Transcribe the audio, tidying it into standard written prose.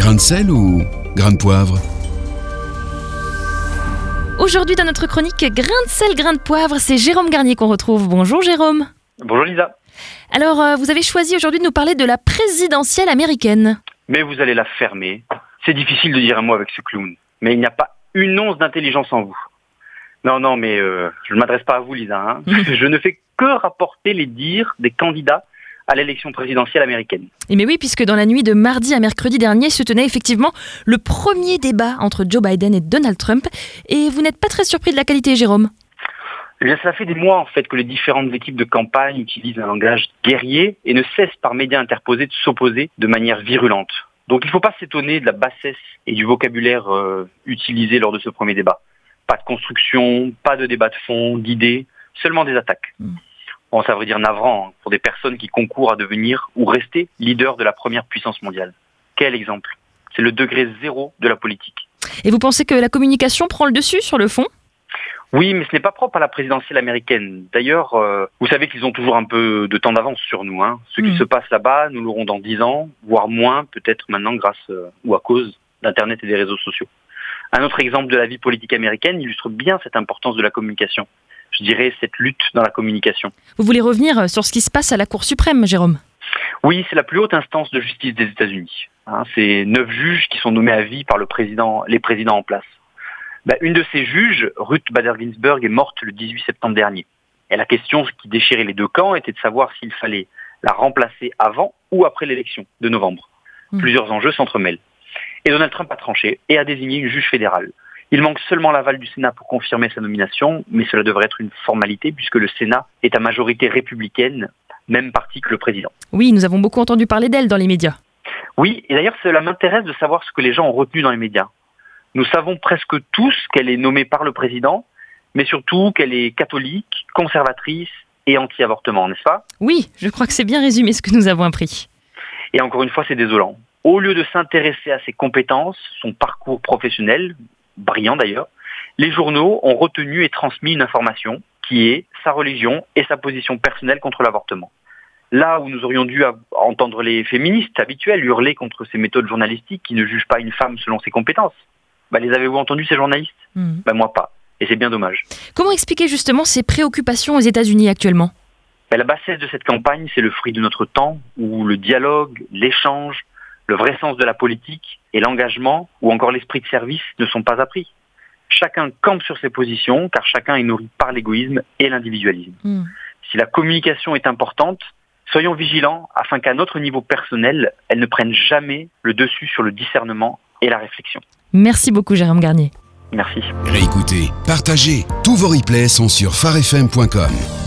Grain de sel ou grain de poivre ? Aujourd'hui dans notre chronique Grain de sel, grain de poivre, c'est Jérôme Garnier qu'on retrouve. Bonjour Jérôme. Bonjour Lisa. Alors vous avez choisi aujourd'hui de nous parler de la présidentielle américaine. Mais vous allez la fermer. C'est difficile de dire un mot avec ce clown. Mais il n'y a pas une once d'intelligence en vous. Non, mais je ne m'adresse pas à vous Lisa. Hein. Je ne fais que rapporter les dires des candidats à l'élection présidentielle américaine. Et mais oui, puisque dans la nuit de mardi à mercredi dernier se tenait effectivement le premier débat entre Joe Biden et Donald Trump. Et vous n'êtes pas très surpris de la qualité, Jérôme ? Eh bien, cela fait des mois en fait que les différentes équipes de campagne utilisent un langage guerrier et ne cessent par médias interposés de s'opposer de manière virulente. Donc il ne faut pas s'étonner de la bassesse et du vocabulaire utilisé lors de ce premier débat. Pas de construction, pas de débat de fond, d'idées, seulement des attaques. Bon, ça veut dire navrant pour des personnes qui concourent à devenir ou rester leader de la première puissance mondiale. Quel exemple ? C'est le degré zéro de la politique. Et vous pensez que la communication prend le dessus sur le fond ? Oui, mais ce n'est pas propre à la présidentielle américaine. D'ailleurs, vous savez qu'ils ont toujours un peu de temps d'avance sur nous. Hein. Ce qui se passe là-bas, nous l'aurons dans 10 ans, voire moins, peut-être maintenant grâce ou à cause d'Internet et des réseaux sociaux. Un autre exemple de la vie politique américaine illustre bien cette importance de la communication. Je dirais cette lutte dans la communication. Vous voulez revenir sur ce qui se passe à la Cour suprême, Jérôme ? Oui, c'est la plus haute instance de justice des États-Unis. C'est 9 juges qui sont nommés à vie par les présidents en place. Une de ces juges, Ruth Bader Ginsburg, est morte le 18 septembre dernier. Et la question qui déchirait les deux camps était de savoir s'il fallait la remplacer avant ou après l'élection de novembre. Plusieurs enjeux s'entremêlent. Et Donald Trump a tranché et a désigné une juge fédérale. Il manque seulement l'aval du Sénat pour confirmer sa nomination, mais cela devrait être une formalité puisque le Sénat est à majorité républicaine, même parti que le président. Oui, nous avons beaucoup entendu parler d'elle dans les médias. Oui, et d'ailleurs cela m'intéresse de savoir ce que les gens ont retenu dans les médias. Nous savons presque tous qu'elle est nommée par le président, mais surtout qu'elle est catholique, conservatrice et anti-avortement, n'est-ce pas ? Oui, je crois que c'est bien résumé ce que nous avons appris. Et encore une fois, c'est désolant. Au lieu de s'intéresser à ses compétences, son parcours professionnel, brillant d'ailleurs, les journaux ont retenu et transmis une information qui est sa religion et sa position personnelle contre l'avortement. Là où nous aurions dû entendre les féministes habituelles hurler contre ces méthodes journalistiques qui ne jugent pas une femme selon ses compétences, les avez-vous entendus ces journalistes ? Moi pas, et c'est bien dommage. Comment expliquer justement ces préoccupations aux États-Unis actuellement ? La bassesse de cette campagne, c'est le fruit de notre temps où le dialogue, l'échange, le vrai sens de la politique et l'engagement ou encore l'esprit de service ne sont pas appris. Chacun campe sur ses positions car chacun est nourri par l'égoïsme et l'individualisme. Si la communication est importante, soyons vigilants afin qu'à notre niveau personnel, elle ne prenne jamais le dessus sur le discernement et la réflexion. Merci beaucoup Jérôme Garnier. Merci. Réécoutez, partagez. Tous vos replays sont sur farfm.com.